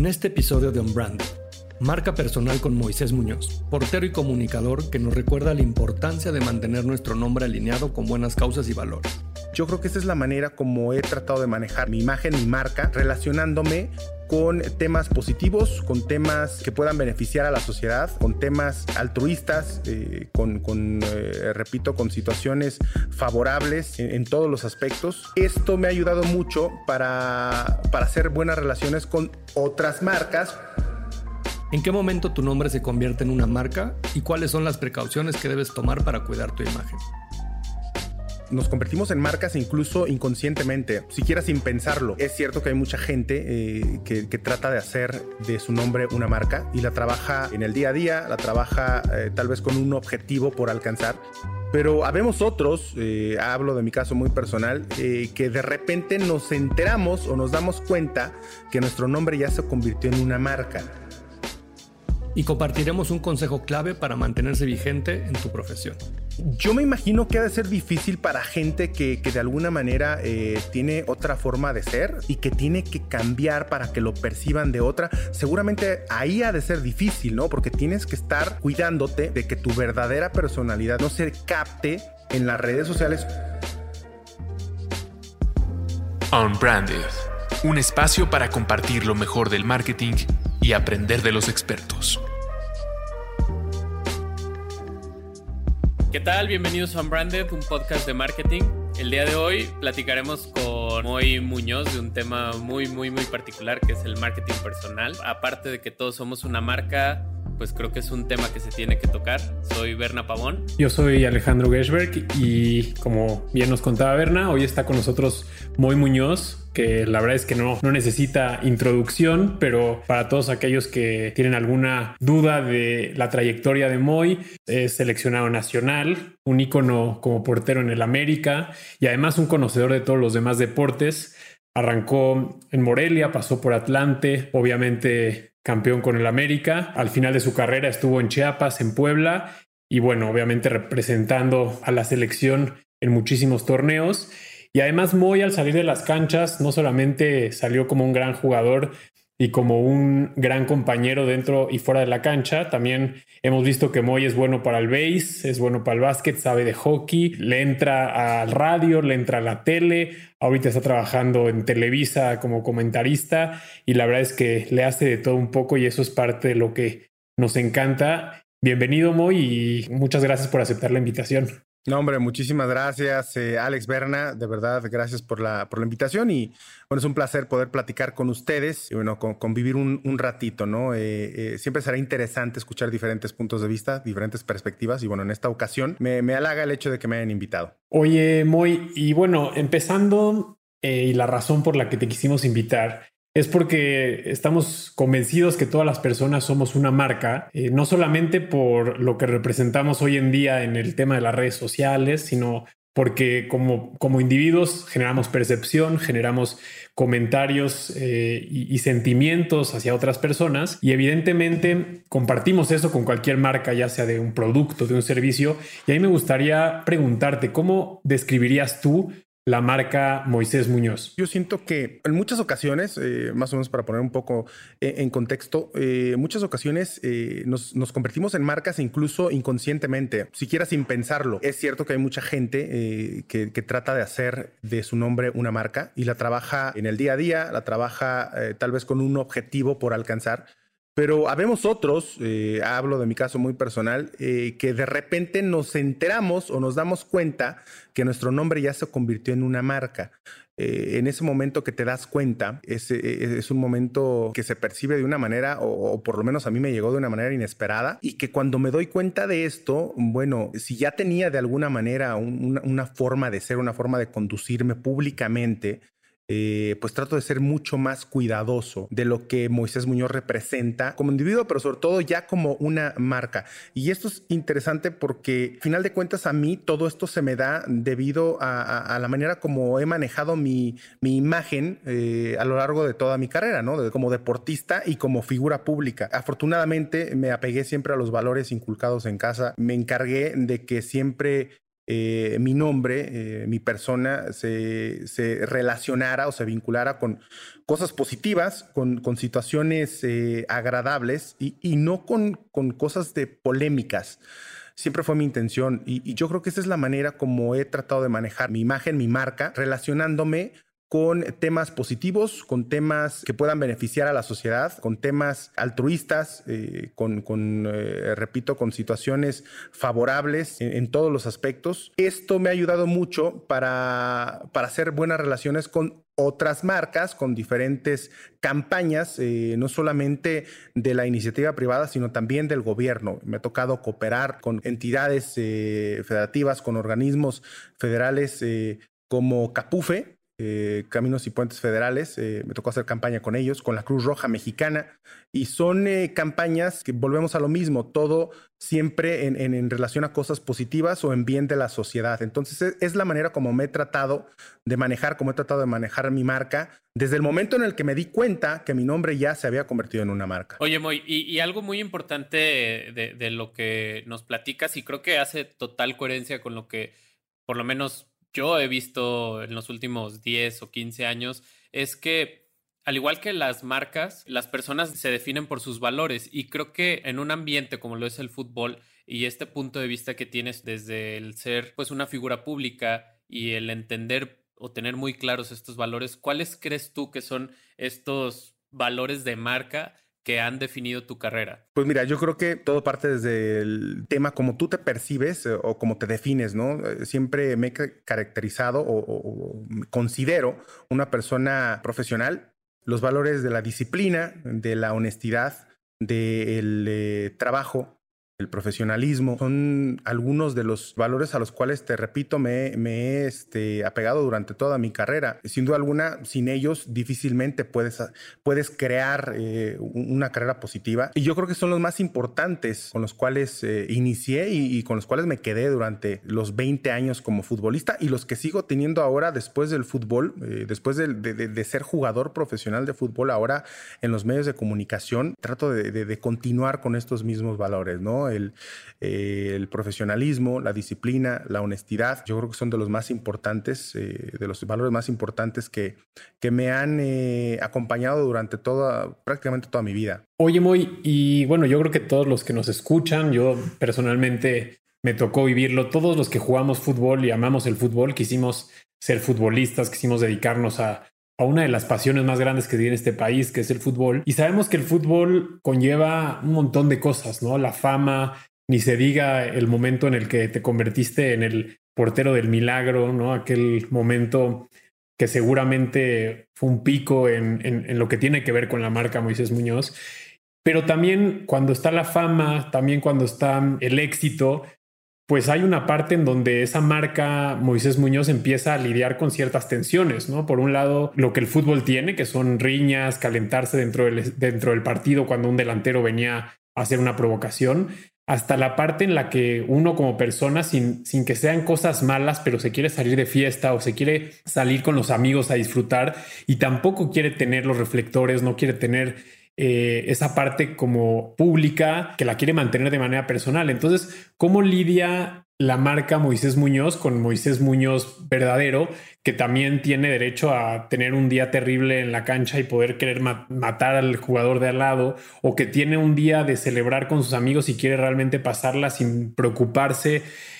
En este episodio de Unbranded, marca personal con Moisés Muñoz, portero y comunicador que nos recuerda la importancia de mantener nuestro nombre alineado con buenas causas y valores. Yo creo que esa es la manera como he tratado de manejar mi imagen, mi marca, relacionándome con temas positivos, con temas que puedan beneficiar a la sociedad, con temas altruistas, repito, con situaciones favorables en todos los aspectos. Esto me ha ayudado mucho para hacer buenas relaciones con otras marcas. ¿En qué momento tu nombre se convierte en una marca y cuáles son las precauciones que debes tomar para cuidar tu imagen? Nos convertimos en marcas incluso inconscientemente, siquiera sin pensarlo. Es cierto que hay mucha gente que trata de hacer de su nombre una marca y la trabaja en el día a día, la trabaja tal vez con un objetivo por alcanzar. Pero habemos otros, hablo de mi caso muy personal, que de repente nos enteramos o nos damos cuenta que nuestro nombre ya se convirtió en una marca. Y compartiremos un consejo clave para mantenerse vigente en tu profesión. Yo me imagino que ha de ser difícil para gente que de alguna manera tiene otra forma de ser y que tiene que cambiar para que lo perciban de otra. Seguramente ahí ha de ser difícil, ¿no? Porque tienes que estar cuidándote de que tu verdadera personalidad no se capte en las redes sociales. Unbranded, un espacio para compartir lo mejor del marketing y aprender de los expertos. ¿Qué tal? Bienvenidos a Unbranded, un podcast de marketing. El día de hoy platicaremos con Moy Muñoz de un tema muy particular, que es el marketing personal. Aparte de que todos somos una marca, pues creo que es un tema que se tiene que tocar. Soy Berna Pavón. Yo soy Alejandro Gershberg y como bien nos contaba Berna, hoy está con nosotros Moy Muñoz, que la verdad es que no necesita introducción, pero para todos aquellos que tienen alguna duda de la trayectoria de Moy, es seleccionado nacional, un ícono como portero en el América y además un conocedor de todos los demás deportes. Arrancó en Morelia, pasó por Atlante, obviamente campeón con el América. Al final de su carrera estuvo en Chiapas, en Puebla y bueno, obviamente representando a la selección en muchísimos torneos. Y además Moy, al salir de las canchas, no solamente salió como un gran jugador y como un gran compañero dentro y fuera de la cancha, también hemos visto que Moy es bueno para el base, es bueno para el básquet, sabe de hockey, le entra al radio, le entra a la tele, ahorita está trabajando en Televisa como comentarista y la verdad es que le hace de todo un poco y eso es parte de lo que nos encanta. Bienvenido Moy y muchas gracias por aceptar la invitación. No, hombre, muchísimas gracias, Alex, Berna, de verdad, gracias por la invitación y bueno, es un placer poder platicar con ustedes y bueno, convivir un ratito, ¿no? Siempre será interesante escuchar diferentes puntos de vista, diferentes perspectivas y bueno, en esta ocasión me halaga el hecho de que me hayan invitado. Oye, Moy, y bueno, empezando y la razón por la que te quisimos invitar es porque estamos convencidos que todas las personas somos una marca, no solamente por lo que representamos hoy en día en el tema de las redes sociales, sino porque como individuos generamos percepción, generamos comentarios y sentimientos hacia otras personas y evidentemente compartimos eso con cualquier marca, ya sea de un producto, de un servicio. Y ahí me gustaría preguntarte, ¿cómo describirías tú la marca Moisés Muñoz? Yo siento que en muchas ocasiones, más o menos para poner un poco en contexto, muchas ocasiones nos convertimos en marcas incluso inconscientemente, siquiera sin pensarlo. Es cierto que hay mucha gente que trata de hacer de su nombre una marca y la trabaja en el día a día, la trabaja tal vez con un objetivo por alcanzar. Pero habemos otros, hablo de mi caso muy personal, que de repente nos enteramos o nos damos cuenta que nuestro nombre ya se convirtió en una marca. En ese momento que te das cuenta, es un momento que se percibe de una manera, o por lo menos a mí me llegó de una manera inesperada, y que cuando me doy cuenta de esto, bueno, si ya tenía de alguna manera una forma de ser, una forma de conducirme públicamente, pues trato de ser mucho más cuidadoso de lo que Moisés Muñoz representa como individuo, pero sobre todo ya como una marca. Y esto es interesante porque, al final de cuentas, a mí todo esto se me da debido a la manera como he manejado mi imagen a lo largo de toda mi carrera, ¿no? Como deportista y como figura pública. Afortunadamente, me apegué siempre a los valores inculcados en casa. Me encargué de que siempre mi nombre, mi persona se relacionara o se vinculara con cosas positivas, con situaciones agradables y no con cosas de polémicas. Siempre fue mi intención y yo creo que esa es la manera como he tratado de manejar mi imagen, mi marca, relacionándome con temas positivos, con temas que puedan beneficiar a la sociedad, con temas altruistas, repito, con situaciones favorables en todos los aspectos. Esto me ha ayudado mucho para hacer buenas relaciones con otras marcas, con diferentes campañas, no solamente de la iniciativa privada, sino también del gobierno. Me ha tocado cooperar con entidades federativas, con organismos federales como CAPUFE, Caminos y Puentes Federales. Me tocó hacer campaña con ellos, con la Cruz Roja Mexicana, y son campañas que volvemos a lo mismo, todo siempre en relación a cosas positivas o en bien de la sociedad. Entonces es la manera como me he tratado de manejar, como he tratado de manejar mi marca desde el momento en el que me di cuenta que mi nombre ya se había convertido en una marca. Oye, Moy, y algo muy importante de lo que nos platicas, y creo que hace total coherencia con lo que por lo menos yo he visto en los últimos 10 o 15 años, es que al igual que las marcas, las personas se definen por sus valores, y creo que en un ambiente como lo es el fútbol y este punto de vista que tienes desde el ser pues una figura pública y el entender o tener muy claros estos valores, ¿cuáles crees tú que son estos valores de marca que han definido tu carrera? Pues mira, yo creo que todo parte desde el tema como tú te percibes o como te defines, ¿no? Siempre me he caracterizado o considero una persona profesional. Los valores de la disciplina, de la honestidad, del trabajo, el profesionalismo, son algunos de los valores a los cuales, te repito, me he apegado durante toda mi carrera. Sin duda alguna, sin ellos difícilmente puedes crear una carrera positiva. Y yo creo que son los más importantes con los cuales inicié y con los cuales me quedé durante los 20 años como futbolista, y los que sigo teniendo ahora después del fútbol, después de ser jugador profesional de fútbol, ahora en los medios de comunicación. Trato de continuar con estos mismos valores, ¿no? El profesionalismo, la disciplina, la honestidad, yo creo que son de los más importantes, de los valores más importantes que me han acompañado durante prácticamente toda mi vida. Oye, Moy, y bueno, yo creo que todos los que nos escuchan, yo personalmente me tocó vivirlo, todos los que jugamos fútbol y amamos el fútbol, quisimos ser futbolistas, quisimos dedicarnos a una de las pasiones más grandes que tiene este país, que es el fútbol. Y sabemos que el fútbol conlleva un montón de cosas, ¿no? La fama, ni se diga el momento en el que te convertiste en el portero del milagro, ¿no? Aquel momento que seguramente fue un pico en lo que tiene que ver con la marca Moisés Muñoz. Pero también cuando está la fama, también cuando está el éxito, pues hay una parte en donde esa marca Moisés Muñoz empieza a lidiar con ciertas tensiones, ¿no? Por un lado, lo que el fútbol tiene, que son riñas, calentarse dentro del partido cuando un delantero venía a hacer una provocación, hasta la parte en la que uno como persona, sin que sean cosas malas, pero se quiere salir de fiesta o se quiere salir con los amigos a disfrutar y tampoco quiere tener los reflectores, no quiere tener esa parte como pública, que la quiere mantener de manera personal. Entonces, ¿cómo lidia la marca Moisés Muñoz con Moisés Muñoz verdadero, que también tiene derecho a tener un día terrible en la cancha y poder querer matar al jugador de al lado, o que tiene un día de celebrar con sus amigos y quiere realmente pasarla sin preocuparse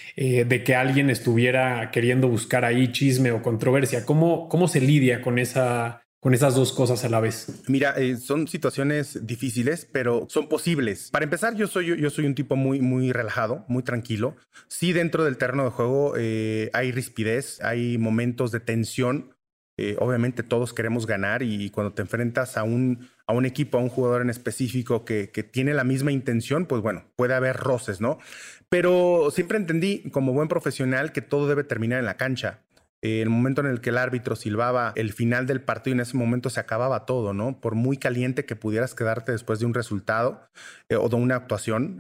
de que alguien estuviera queriendo buscar ahí chisme o controversia? ¿Cómo se lidia con esas dos cosas a la vez? Mira, son situaciones difíciles, pero son posibles. Para empezar, yo soy un tipo muy, muy relajado, muy tranquilo. Sí, dentro del terreno de juego hay rispidez, hay momentos de tensión. Obviamente todos queremos ganar, y cuando te enfrentas a un equipo, a un jugador en específico que tiene la misma intención, pues bueno, puede haber roces, ¿no? Pero siempre entendí como buen profesional que todo debe terminar en la cancha. El momento en el que el árbitro silbaba el final del partido, en ese momento se acababa todo, ¿no? Por muy caliente que pudieras quedarte después de un resultado o de una actuación,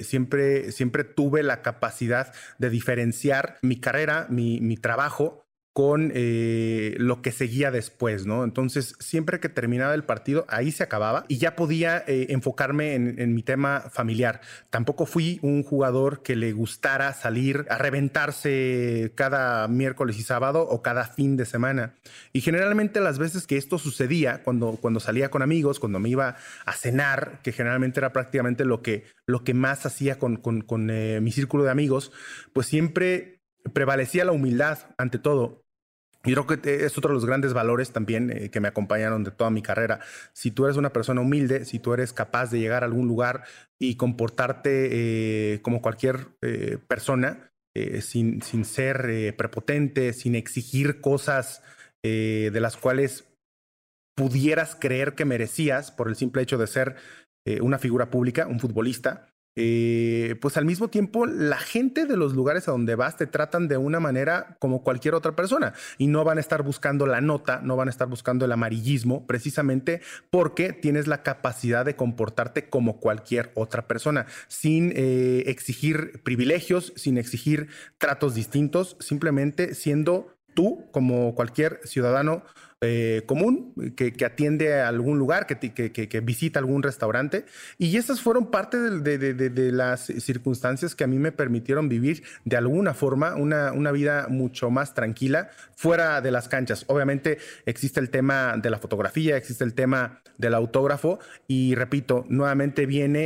siempre tuve la capacidad de diferenciar mi carrera, mi trabajo, con lo que seguía después, ¿no? Entonces, siempre que terminaba el partido, ahí se acababa y ya podía enfocarme en mi tema familiar. Tampoco fui un jugador que le gustara salir a reventarse cada miércoles y sábado o cada fin de semana. Y generalmente las veces que esto sucedía, cuando salía con amigos, cuando me iba a cenar, que generalmente era prácticamente lo que más hacía con mi círculo de amigos, pues siempre prevalecía la humildad ante todo. Y creo que es otro de los grandes valores también que me acompañaron de toda mi carrera. Si tú eres una persona humilde, si tú eres capaz de llegar a algún lugar y comportarte como cualquier persona, sin ser prepotente, sin exigir cosas de las cuales pudieras creer que merecías por el simple hecho de ser una figura pública, un futbolista, pues al mismo tiempo la gente de los lugares a donde vas te tratan de una manera como cualquier otra persona y no van a estar buscando la nota, no van a estar buscando el amarillismo, precisamente porque tienes la capacidad de comportarte como cualquier otra persona, sin exigir privilegios, sin exigir tratos distintos, simplemente siendo tú como cualquier ciudadano común que atiende a algún lugar, que visita algún restaurante. Y esas fueron parte de las circunstancias que a mí me permitieron vivir de alguna forma una vida mucho más tranquila fuera de las canchas. Obviamente existe el tema de la fotografía, existe el tema del autógrafo y repito, nuevamente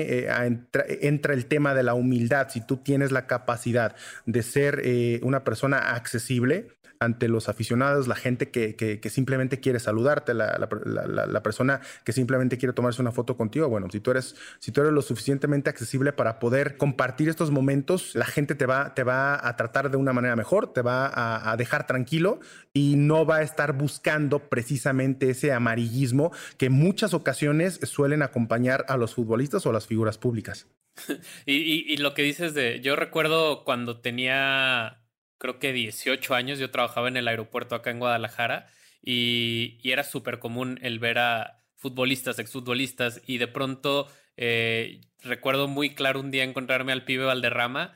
entra el tema de la humildad. Si tú tienes la capacidad de ser una persona accesible ante los aficionados, la gente que simplemente quiere saludarte, la persona que simplemente quiere tomarse una foto contigo. Bueno, si tú eres lo suficientemente accesible para poder compartir estos momentos, la gente te va a tratar de una manera mejor, te va a dejar tranquilo y no va a estar buscando precisamente ese amarillismo que en muchas ocasiones suelen acompañar a los futbolistas o a las figuras públicas. Y lo que dices yo recuerdo cuando tenía creo que 18 años, yo trabajaba en el aeropuerto acá en Guadalajara y era súper común el ver a futbolistas, exfutbolistas y de pronto recuerdo muy claro un día encontrarme al pibe Valderrama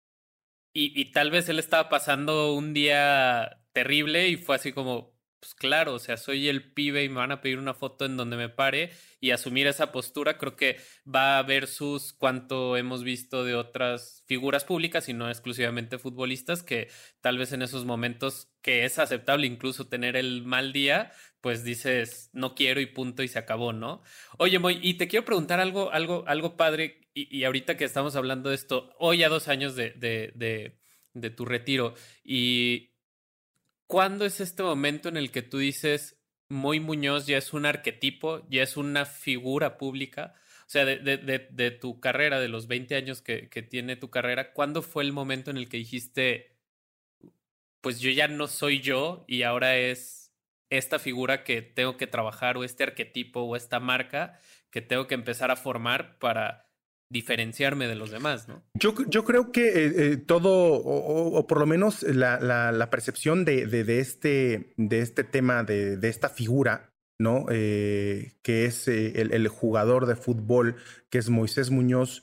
y tal vez él estaba pasando un día terrible y fue así como, pues claro, o sea, soy el pibe y me van a pedir una foto en donde me pare y asumir esa postura creo que va versus cuánto hemos visto de otras figuras públicas y no exclusivamente futbolistas que tal vez en esos momentos que es aceptable incluso tener el mal día, pues dices no quiero y punto y se acabó, ¿no? Oye, Moy, y te quiero preguntar algo padre y ahorita que estamos hablando de esto, hoy a 2 años de tu retiro y ¿cuándo es este momento en el que tú dices Moy Muñoz ya es un arquetipo, ya es una figura pública? O sea, de tu carrera, de los 20 años que tiene tu carrera, ¿cuándo fue el momento en el que dijiste, pues yo ya no soy yo y ahora es esta figura que tengo que trabajar o este arquetipo o esta marca que tengo que empezar a formar para diferenciarme de los demás, ¿no? Yo creo que todo, o por lo menos la percepción de este tema, de esta figura, ¿no? Que es el jugador de fútbol, que es Moisés Muñoz,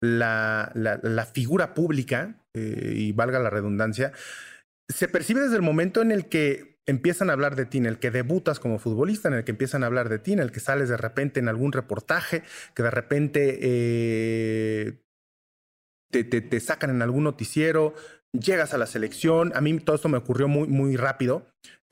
la figura pública, y valga la redundancia, se percibe desde el momento en el que empiezan a hablar de ti, en el que debutas como futbolista, en el que empiezan a hablar de ti, en el que sales de repente en algún reportaje, que de repente te sacan en algún noticiero, llegas a la selección. A mí todo esto me ocurrió muy, muy rápido.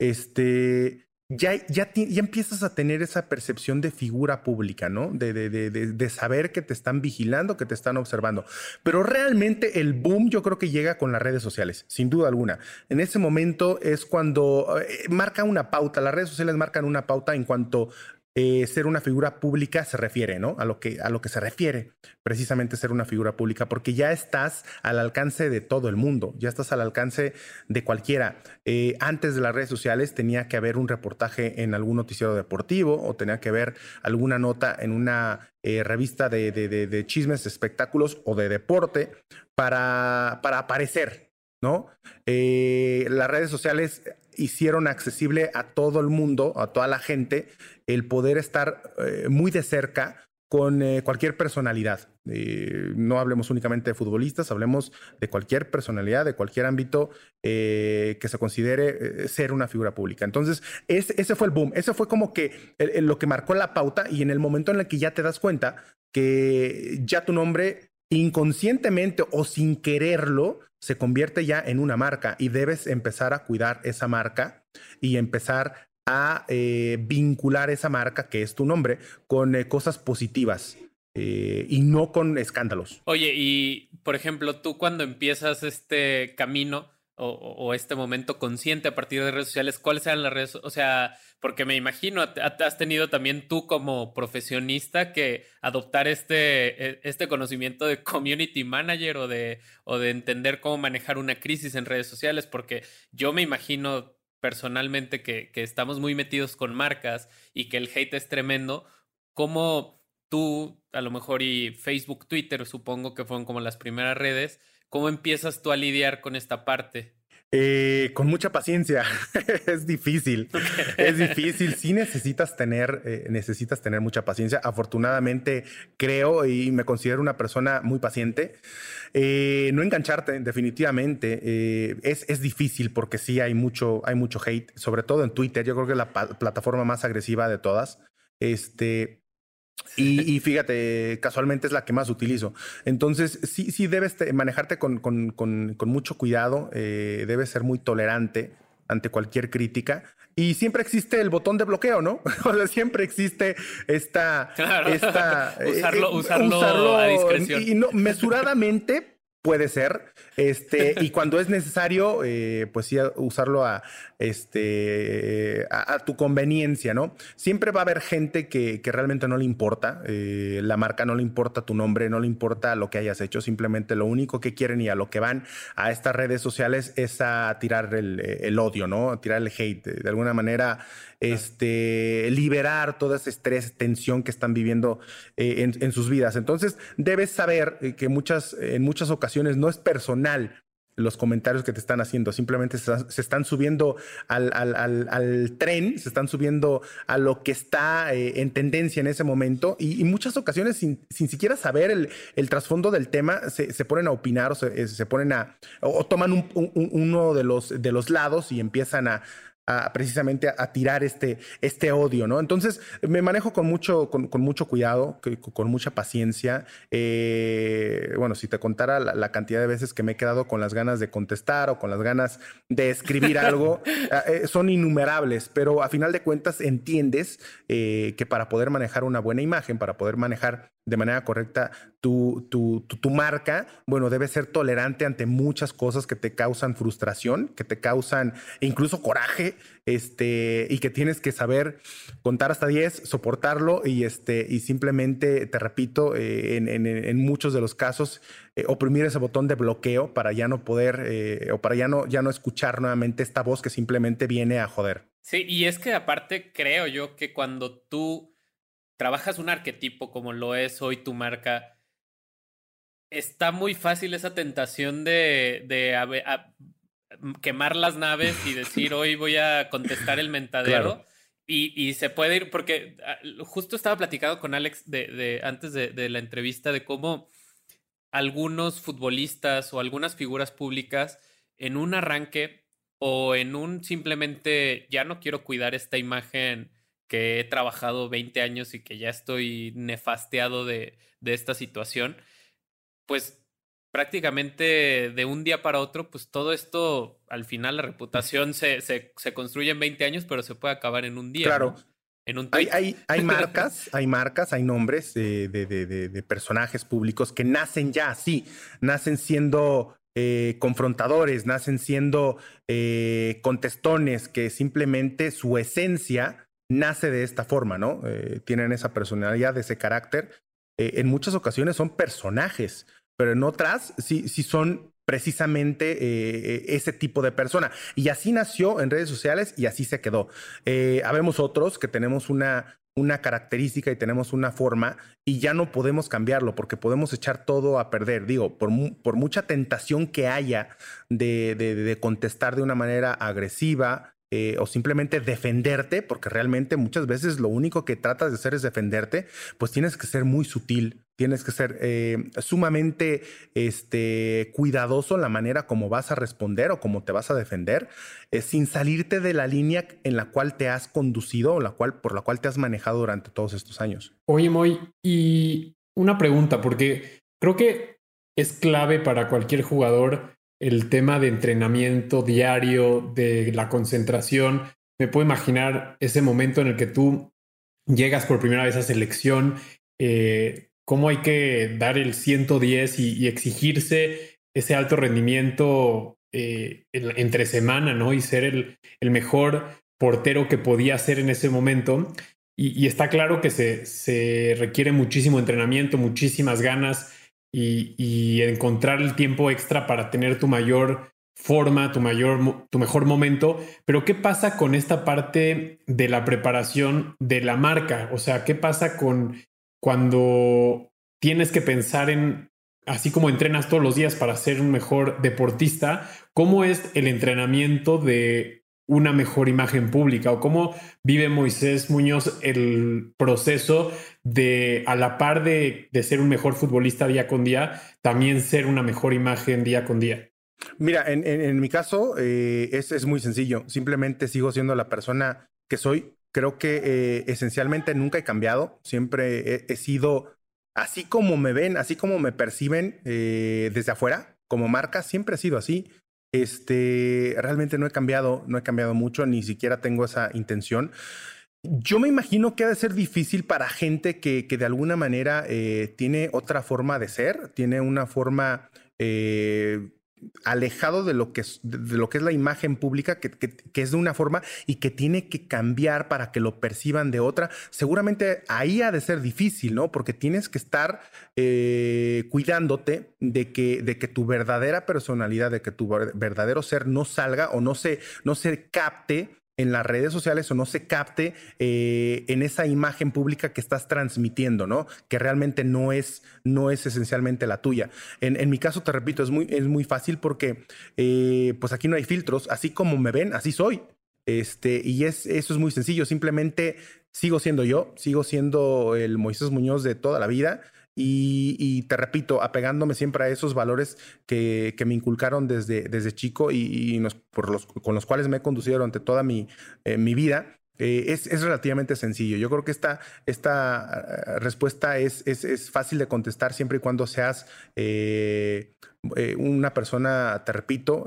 Ya empiezas a tener esa percepción de figura pública, ¿no? De saber que te están vigilando, que te están observando. Pero realmente el boom yo creo que llega con las redes sociales, sin duda alguna. En ese momento es cuando marca una pauta. Las redes sociales marcan una pauta en cuanto ser una figura pública se refiere, ¿no? A lo que se refiere precisamente ser una figura pública, porque ya estás al alcance de todo el mundo, ya estás al alcance de cualquiera. Antes de las redes sociales tenía que haber un reportaje en algún noticiero deportivo o tenía que haber alguna nota en una revista de chismes, espectáculos o de deporte para aparecer, ¿no? Las redes sociales hicieron accesible a todo el mundo, a toda la gente, el poder estar muy de cerca con cualquier personalidad. No hablemos únicamente de futbolistas, hablemos de cualquier personalidad, de cualquier ámbito que se considere ser una figura pública. Entonces, ese fue el boom. Ese fue como que lo que marcó la pauta, y en el momento en el que ya te das cuenta que ya tu nombre inconscientemente o sin quererlo se convierte ya en una marca, y debes empezar a cuidar esa marca y empezar a vincular esa marca, que es tu nombre, con cosas positivas y no con escándalos. Oye, y por ejemplo, tú cuando empiezas este camino o este momento consciente a partir de redes sociales, ¿cuáles eran las redes? O sea, porque me imagino, has tenido también tú como profesionista que adoptar este conocimiento de community manager o de entender cómo manejar una crisis en redes sociales, porque yo me imagino personalmente que estamos muy metidos con marcas y que el hate es tremendo. ¿Cómo tú, a lo mejor, y Facebook, Twitter, supongo que fueron como las primeras redes, cómo empiezas tú a lidiar con esta parte? Con mucha paciencia. Es difícil. Es difícil. Sí necesitas tener mucha paciencia. Afortunadamente creo y me considero una persona muy paciente. No engancharte, definitivamente. Es difícil porque sí hay mucho hate, sobre todo en Twitter. Yo creo que es la plataforma más agresiva de todas. Y fíjate, casualmente es la que más utilizo. Entonces, sí debes manejarte con mucho cuidado. Debes ser muy tolerante ante cualquier crítica. Y siempre existe el botón de bloqueo, ¿no? O sea, siempre existe Claro. Usarlo a discreción. Y no, mesuradamente puede ser. Y cuando es necesario, pues sí, usarlo a tu conveniencia, ¿no? Siempre va a haber gente que realmente no le importa la marca, no le importa tu nombre, no le importa lo que hayas hecho. Simplemente lo único que quieren y a lo que van a estas redes sociales es a tirar el odio, ¿no? A tirar el hate. De alguna manera, liberar todo ese estrés, tensión que están viviendo en sus vidas. Entonces, debes saber que en muchas ocasiones no es personal los comentarios que te están haciendo, simplemente se están subiendo al tren, se están subiendo a lo que está en tendencia en ese momento, y muchas ocasiones sin siquiera saber el trasfondo del tema se ponen a opinar se ponen o toman uno de los lados y empiezan precisamente a tirar este odio, ¿no? Entonces me manejo con mucho cuidado, con mucha paciencia. Bueno, si te contara la cantidad de veces que me he quedado con las ganas de contestar o con las ganas de escribir algo, son innumerables, pero a final de cuentas entiendes que para poder manejar una buena imagen, para poder manejar de manera correcta tu marca, bueno, debes ser tolerante ante muchas cosas que te causan frustración, que te causan incluso coraje, y que tienes que saber contar hasta 10, soportarlo y simplemente, te repito, en muchos de los casos, oprimir ese botón de bloqueo para ya no poder o para ya no escuchar nuevamente esta voz que simplemente viene a joder. Sí, y es que aparte creo yo que cuando tú trabajas un arquetipo como lo es hoy tu marca, está muy fácil esa tentación de quemar las naves y decir hoy voy a contestar el mentadero. Claro. Y se puede ir, porque justo estaba platicando con Alex antes de la entrevista de cómo algunos futbolistas o algunas figuras públicas en un arranque o en un simplemente ya no quiero cuidar esta imagen que he trabajado 20 años y que ya estoy nefasteado de esta situación, pues prácticamente de un día para otro, pues todo esto, al final la reputación se construye en 20 años, pero se puede acabar en un día. Claro. ¿No? En un tweet. Hay marcas, hay nombres de personajes públicos que nacen ya así, nacen siendo confrontadores, nacen siendo contestones, que simplemente su esencia nace de esta forma, ¿no? Tienen esa personalidad, ese carácter. En muchas ocasiones son personajes, pero en otras sí son precisamente ese tipo de persona. Y así nació en redes sociales y así se quedó. Habemos otros que tenemos una característica y tenemos una forma y ya no podemos cambiarlo porque podemos echar todo a perder. Digo, por mucha tentación que haya de contestar de una manera agresiva, o simplemente defenderte, porque realmente muchas veces lo único que tratas de hacer es defenderte, pues tienes que ser muy sutil, tienes que ser sumamente cuidadoso en la manera como vas a responder o como te vas a defender, sin salirte de la línea en la cual te has conducido o por la cual te has manejado durante todos estos años. Oye, Moy, y una pregunta, porque creo que es clave para cualquier jugador el tema de entrenamiento diario, de la concentración. Me puedo imaginar ese momento en el que tú llegas por primera vez a selección, cómo hay que dar el 110 y exigirse ese alto rendimiento entre semana, ¿no? Y ser el mejor portero que podía ser en ese momento. Y está claro que se requiere muchísimo entrenamiento, muchísimas ganas y encontrar el tiempo extra para tener tu mayor forma, tu mejor momento. Pero ¿qué pasa con esta parte de la preparación de la marca? O sea, ¿qué pasa cuando tienes que pensar así como entrenas todos los días para ser un mejor deportista, cómo es el entrenamiento de una mejor imagen pública, o cómo vive Moisés Muñoz el proceso de, a la par de ser un mejor futbolista día con día, también ser una mejor imagen día con día? Mira, en mi caso es muy sencillo. Simplemente sigo siendo la persona que soy. Creo que esencialmente nunca he cambiado. Siempre he sido así como me ven, así como me perciben desde afuera, como marca, siempre he sido así. Realmente no he cambiado mucho, ni siquiera tengo esa intención. Yo me imagino que ha de ser difícil para gente que de alguna manera tiene otra forma de ser, tiene una forma alejado de lo que es la imagen pública, que es de una forma y que tiene que cambiar para que lo perciban de otra. Seguramente ahí ha de ser difícil, ¿no? Porque tienes que estar cuidándote de que tu verdadera personalidad, de que tu verdadero ser no salga o no se capte en las redes sociales o no se capte en esa imagen pública que estás transmitiendo, ¿no? Que realmente no es esencialmente la tuya. En mi caso, te repito, es muy fácil porque pues aquí no hay filtros. Así como me ven, así soy. Y eso es muy sencillo. Simplemente sigo siendo yo, sigo siendo el Moisés Muñoz de toda la vida. Y te repito, apegándome siempre a esos valores que me inculcaron desde chico con los cuales me he conducido durante toda mi vida, es relativamente sencillo. Yo creo que esta respuesta es fácil de contestar siempre y cuando seas una persona, te repito,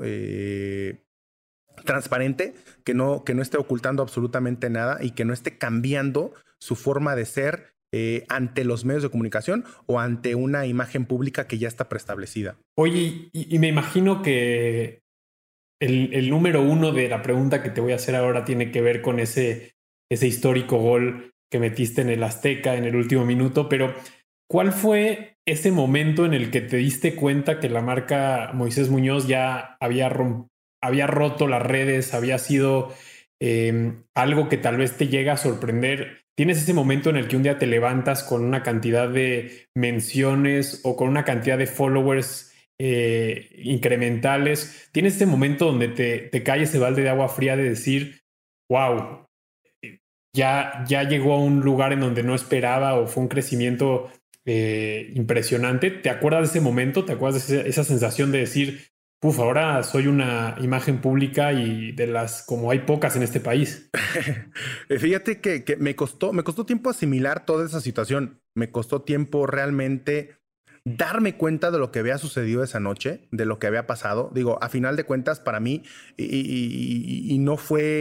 transparente, que no esté ocultando absolutamente nada y que no esté cambiando su forma de ser ante los medios de comunicación o ante una imagen pública que ya está preestablecida. Oye, y me imagino que el número uno de la pregunta que te voy a hacer ahora tiene que ver con ese histórico gol que metiste en el Azteca en el último minuto, pero ¿cuál fue ese momento en el que te diste cuenta que la marca Moisés Muñoz ya había roto las redes, había sido algo que tal vez te llega a sorprender? ¿Tienes ese momento en el que un día te levantas con una cantidad de menciones o con una cantidad de followers incrementales? ¿Tienes ese momento donde te cae ese balde de agua fría de decir, wow, ya llegó a un lugar en donde no esperaba o fue un crecimiento impresionante? ¿Te acuerdas de ese momento? ¿Te acuerdas de esa sensación de decir, ahora soy una imagen pública y de las como hay pocas en este país? Fíjate que me costó tiempo asimilar toda esa situación. Me costó tiempo realmente darme cuenta de lo que había sucedido esa noche, de lo que había pasado. Digo, a final de cuentas, para mí, y no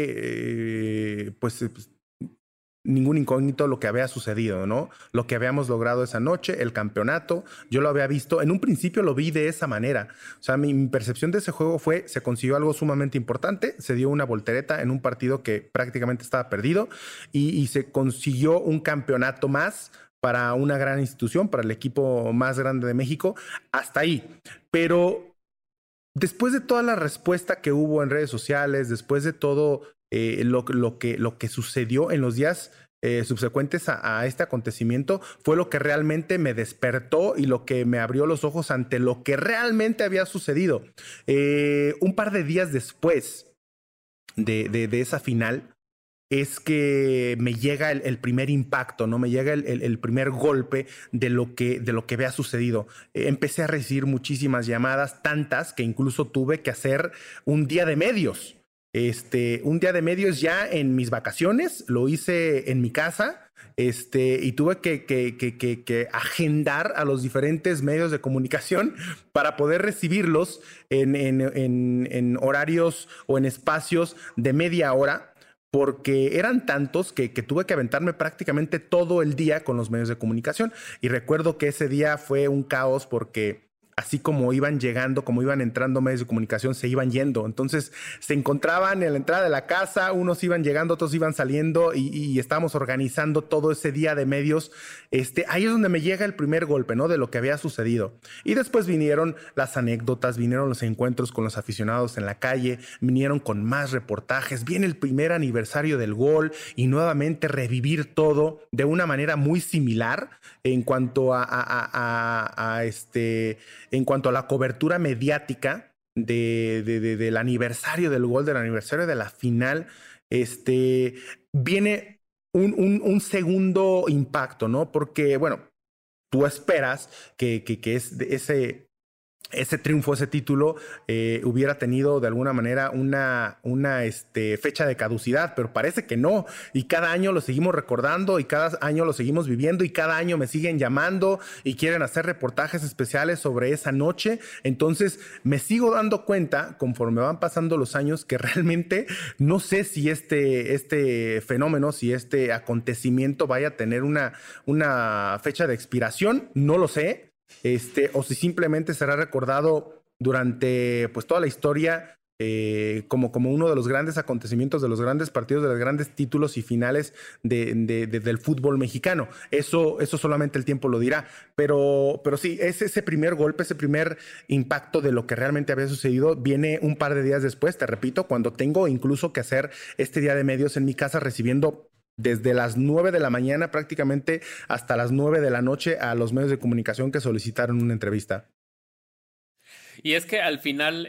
fue, pues ningún incógnito lo que había sucedido, ¿no? Lo que habíamos logrado esa noche, el campeonato, yo lo había visto, en un principio lo vi de esa manera. O sea, mi percepción de ese juego fue, se consiguió algo sumamente importante, se dio una voltereta en un partido que prácticamente estaba perdido y se consiguió un campeonato más para una gran institución, para el equipo más grande de México, hasta ahí. Pero después de toda la respuesta que hubo en redes sociales, después de todo lo que sucedió en los días subsecuentes a este acontecimiento, fue lo que realmente me despertó y lo que me abrió los ojos ante lo que realmente había sucedido. Un par de días después de esa final es que me llega el primer impacto, ¿no? Me llega el primer golpe de lo que había sucedido. Empecé a recibir muchísimas llamadas, tantas que incluso tuve que hacer un día de medios. Un día de medios ya en mis vacaciones, lo hice en mi casa, y tuve que agendar a los diferentes medios de comunicación para poder recibirlos en horarios o en espacios de media hora, porque eran tantos que tuve que aventarme prácticamente todo el día con los medios de comunicación. Y recuerdo que ese día fue un caos porque así como iban llegando, como iban entrando medios de comunicación, se iban yendo. Entonces se encontraban en la entrada de la casa, unos iban llegando, otros iban saliendo y estábamos organizando todo ese día de medios. Ahí es donde me llega el primer golpe, ¿no? De lo que había sucedido. Y después vinieron las anécdotas, vinieron los encuentros con los aficionados en la calle, vinieron con más reportajes, viene el primer aniversario del gol y nuevamente revivir todo de una manera muy similar en cuanto en cuanto a la cobertura mediática del aniversario del gol, del aniversario de la final. Viene un segundo impacto, ¿no? Porque, bueno, tú esperas que ese triunfo, ese título, hubiera tenido de alguna manera una fecha de caducidad, pero parece que no. Y cada año lo seguimos recordando y cada año lo seguimos viviendo y cada año me siguen llamando y quieren hacer reportajes especiales sobre esa noche. Entonces me sigo dando cuenta, conforme van pasando los años, que realmente no sé si este fenómeno, si este acontecimiento vaya a tener una fecha de expiración. No lo sé. O si simplemente será recordado durante pues toda la historia como uno de los grandes acontecimientos, de los grandes partidos, de los grandes títulos y finales del fútbol mexicano. Eso solamente el tiempo lo dirá. Pero sí, ese primer golpe, ese primer impacto de lo que realmente había sucedido viene un par de días después, te repito, cuando tengo incluso que hacer este día de medios en mi casa, recibiendo desde las 9 de la mañana prácticamente hasta las 9 de la noche a los medios de comunicación que solicitaron una entrevista. Y es que al final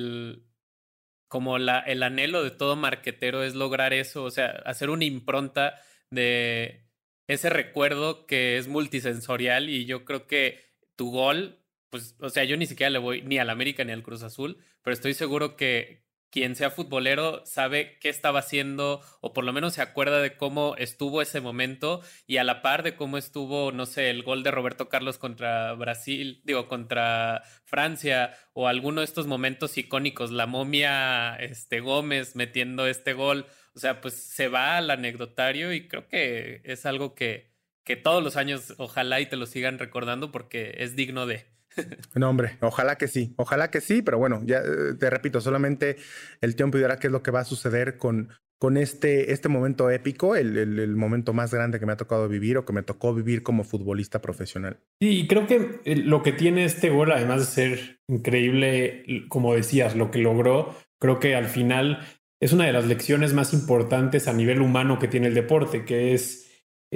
como el anhelo de todo marquetero es lograr eso, o sea, hacer una impronta de ese recuerdo que es multisensorial, y yo creo que tu gol, pues, o sea, yo ni siquiera le voy ni al América ni al Cruz Azul, pero estoy seguro que quien sea futbolero sabe qué estaba haciendo, o por lo menos se acuerda de cómo estuvo ese momento, y a la par de cómo estuvo, no sé, el gol de Roberto Carlos contra contra Francia, o alguno de estos momentos icónicos, la momia Gómez metiendo este gol. O sea, pues se va al anecdotario y creo que es algo que todos los años ojalá y te lo sigan recordando porque es digno de... No, hombre, ojalá que sí, pero bueno, ya te repito, solamente el tiempo dirá qué es lo que va a suceder con este momento épico, el momento más grande que me ha tocado vivir o que me tocó vivir como futbolista profesional. Sí, y creo que lo que tiene este gol, además de ser increíble, como decías, lo que logró, creo que al final es una de las lecciones más importantes a nivel humano que tiene el deporte, que es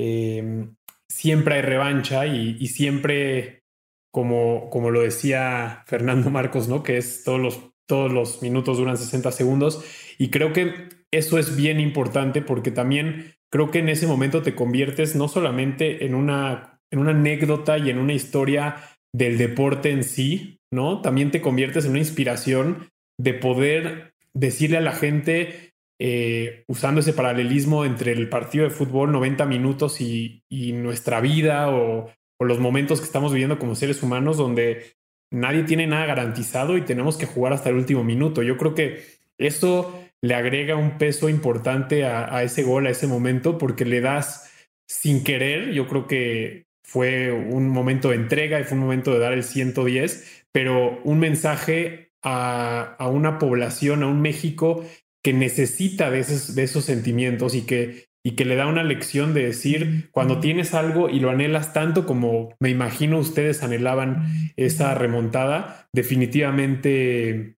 siempre hay revancha y siempre... Como lo decía Fernando Marcos, ¿no? Que es todos los minutos duran 60 segundos. Y creo que eso es bien importante porque también creo que en ese momento te conviertes no solamente en una anécdota y en una historia del deporte en sí, ¿no? También te conviertes en una inspiración de poder decirle a la gente, usando ese paralelismo entre el partido de fútbol, 90 minutos y nuestra vida o los momentos que estamos viviendo como seres humanos, donde nadie tiene nada garantizado y tenemos que jugar hasta el último minuto. Yo creo que eso le agrega un peso importante a ese gol, a ese momento, porque le das sin querer. Yo creo que fue un momento de entrega y fue un momento de dar el 110, pero un mensaje a una población, a un México que necesita de esos sentimientos y que le da una lección de decir, cuando tienes algo y lo anhelas tanto como me imagino ustedes anhelaban esa remontada, definitivamente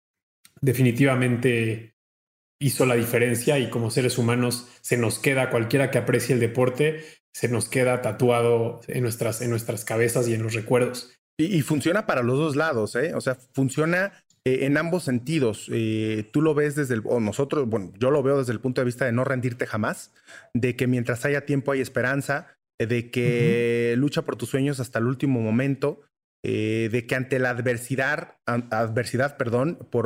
hizo la diferencia, y como seres humanos se nos queda, cualquiera que aprecie el deporte, se nos queda tatuado en nuestras cabezas y en los recuerdos. Y funciona para los dos lados, ¿eh? O sea, funciona en ambos sentidos. Tú lo ves o nosotros, bueno, yo lo veo desde el punto de vista de no rendirte jamás, de que mientras haya tiempo hay esperanza, de que lucha por tus sueños hasta el último momento, de que ante la adversidad, por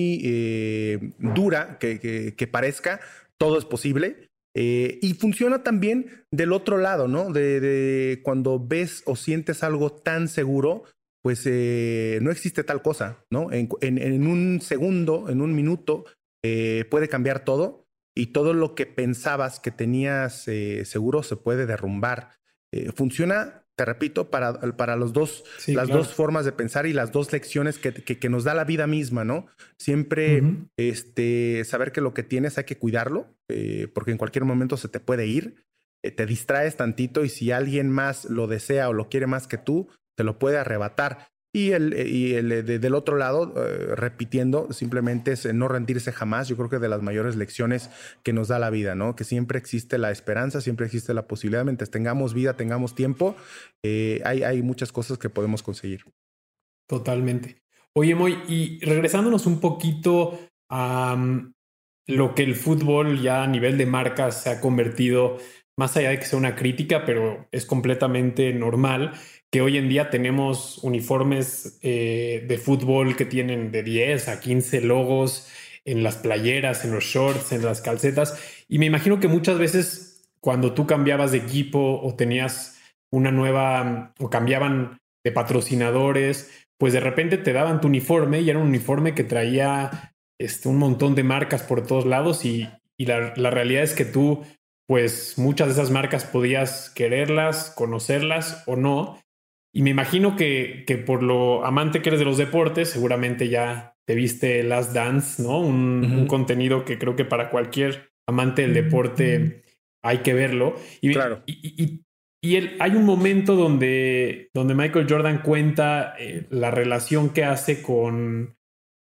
muy dura que parezca, todo es posible. Y funciona también del otro lado, ¿no? De cuando ves o sientes algo tan seguro, pues no existe tal cosa, ¿no? En un segundo, en un minuto, puede cambiar todo y todo lo que pensabas que tenías seguro se puede derrumbar. Funciona, te repito, para los dos, Sí, las claro. dos formas de pensar y las dos lecciones que nos da la vida misma, ¿no? Siempre saber que lo que tienes hay que cuidarlo, porque en cualquier momento se te puede ir, te distraes tantito y si alguien más lo desea o lo quiere más que tú, te lo puede arrebatar. Y del otro lado, repitiendo, simplemente es no rendirse jamás. Yo creo que de las mayores lecciones que nos da la vida, ¿no? Que siempre existe la esperanza, siempre existe la posibilidad. Mientras tengamos vida, tengamos tiempo, hay muchas cosas que podemos conseguir. Totalmente. Oye, Moy, y regresándonos un poquito a lo que el fútbol ya a nivel de marcas se ha convertido, más allá de que sea una crítica, pero es completamente normal que hoy en día tenemos uniformes de fútbol que tienen de 10 a 15 logos en las playeras, en los shorts, en las calcetas. Y me imagino que muchas veces cuando tú cambiabas de equipo o tenías una nueva o cambiaban de patrocinadores, pues de repente te daban tu uniforme y era un uniforme que traía un montón de marcas por todos lados y la realidad es que tú, pues muchas de esas marcas podías quererlas, conocerlas o no. Y me imagino que por lo amante que eres de los deportes, seguramente ya te viste Last Dance, ¿no? Un contenido que creo que para cualquier amante del deporte hay que verlo. Claro. Hay un momento donde Michael Jordan cuenta la relación que hace con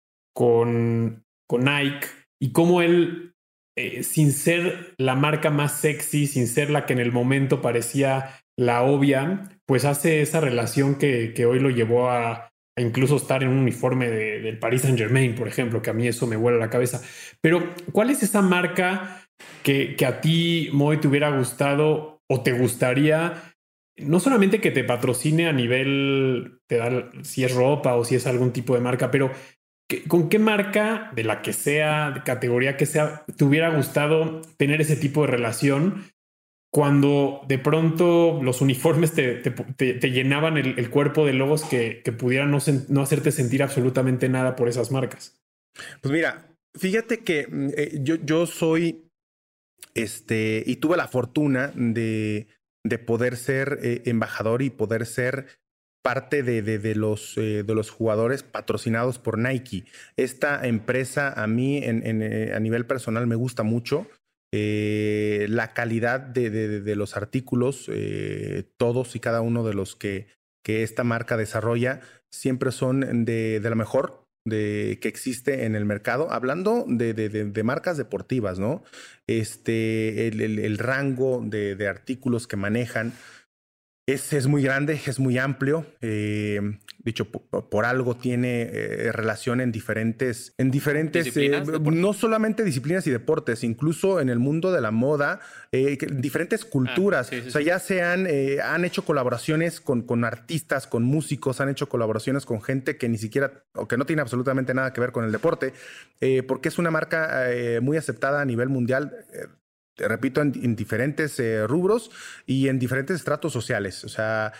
Nike y cómo él, sin ser la marca más sexy, sin ser la que en el momento parecía la obvia, pues hace esa relación que hoy lo llevó a incluso estar en un uniforme del Paris Saint-Germain, por ejemplo, que a mí eso me vuela la cabeza. Pero, ¿cuál es esa marca que a ti, Moy, te hubiera gustado o te gustaría, no solamente que te patrocine a nivel, si es ropa o si es algún tipo de marca, pero ¿con qué marca, de la que sea, de categoría que sea, te hubiera gustado tener ese tipo de relación cuando de pronto los uniformes te llenaban el cuerpo de logos que pudieran no hacerte sentir absolutamente nada por esas marcas? Pues mira, fíjate que yo soy, y tuve la fortuna de poder ser embajador y poder ser parte de los jugadores patrocinados por Nike. Esta empresa a mí a nivel personal me gusta mucho. La calidad de los artículos, todos y cada uno de los que esta marca desarrolla, siempre son de la mejor que existe en el mercado, hablando de marcas deportivas, ¿no? El rango de artículos que manejan es muy grande, es muy amplio. Dicho por algo tiene relación en diferentes no solamente disciplinas y deportes, incluso en el mundo de la moda, diferentes culturas. Sí. O sea, ya han hecho colaboraciones con artistas, con músicos, han hecho colaboraciones con gente que ni siquiera o que no tiene absolutamente nada que ver con el deporte, porque es una marca muy aceptada a nivel mundial. Repito, en diferentes rubros y en diferentes estratos sociales. O sea,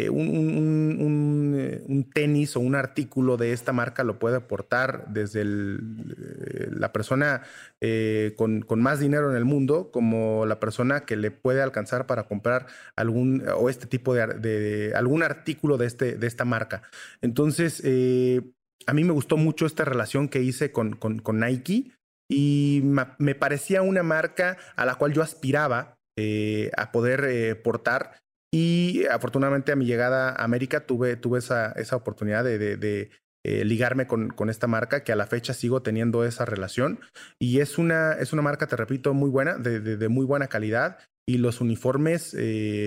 un tenis o un artículo de esta marca lo puede aportar desde la persona con más dinero en el mundo, como la persona que le puede alcanzar para comprar algún tipo de algún artículo de esta marca. Entonces, a mí me gustó mucho esta relación que hice con Nike. Y me parecía una marca a la cual yo aspiraba a poder portar. Y afortunadamente a mi llegada a América tuve esa oportunidad de ligarme con esta marca, que a la fecha sigo teniendo esa relación. Y es una marca, te repito, muy buena, de muy buena calidad. Y los uniformes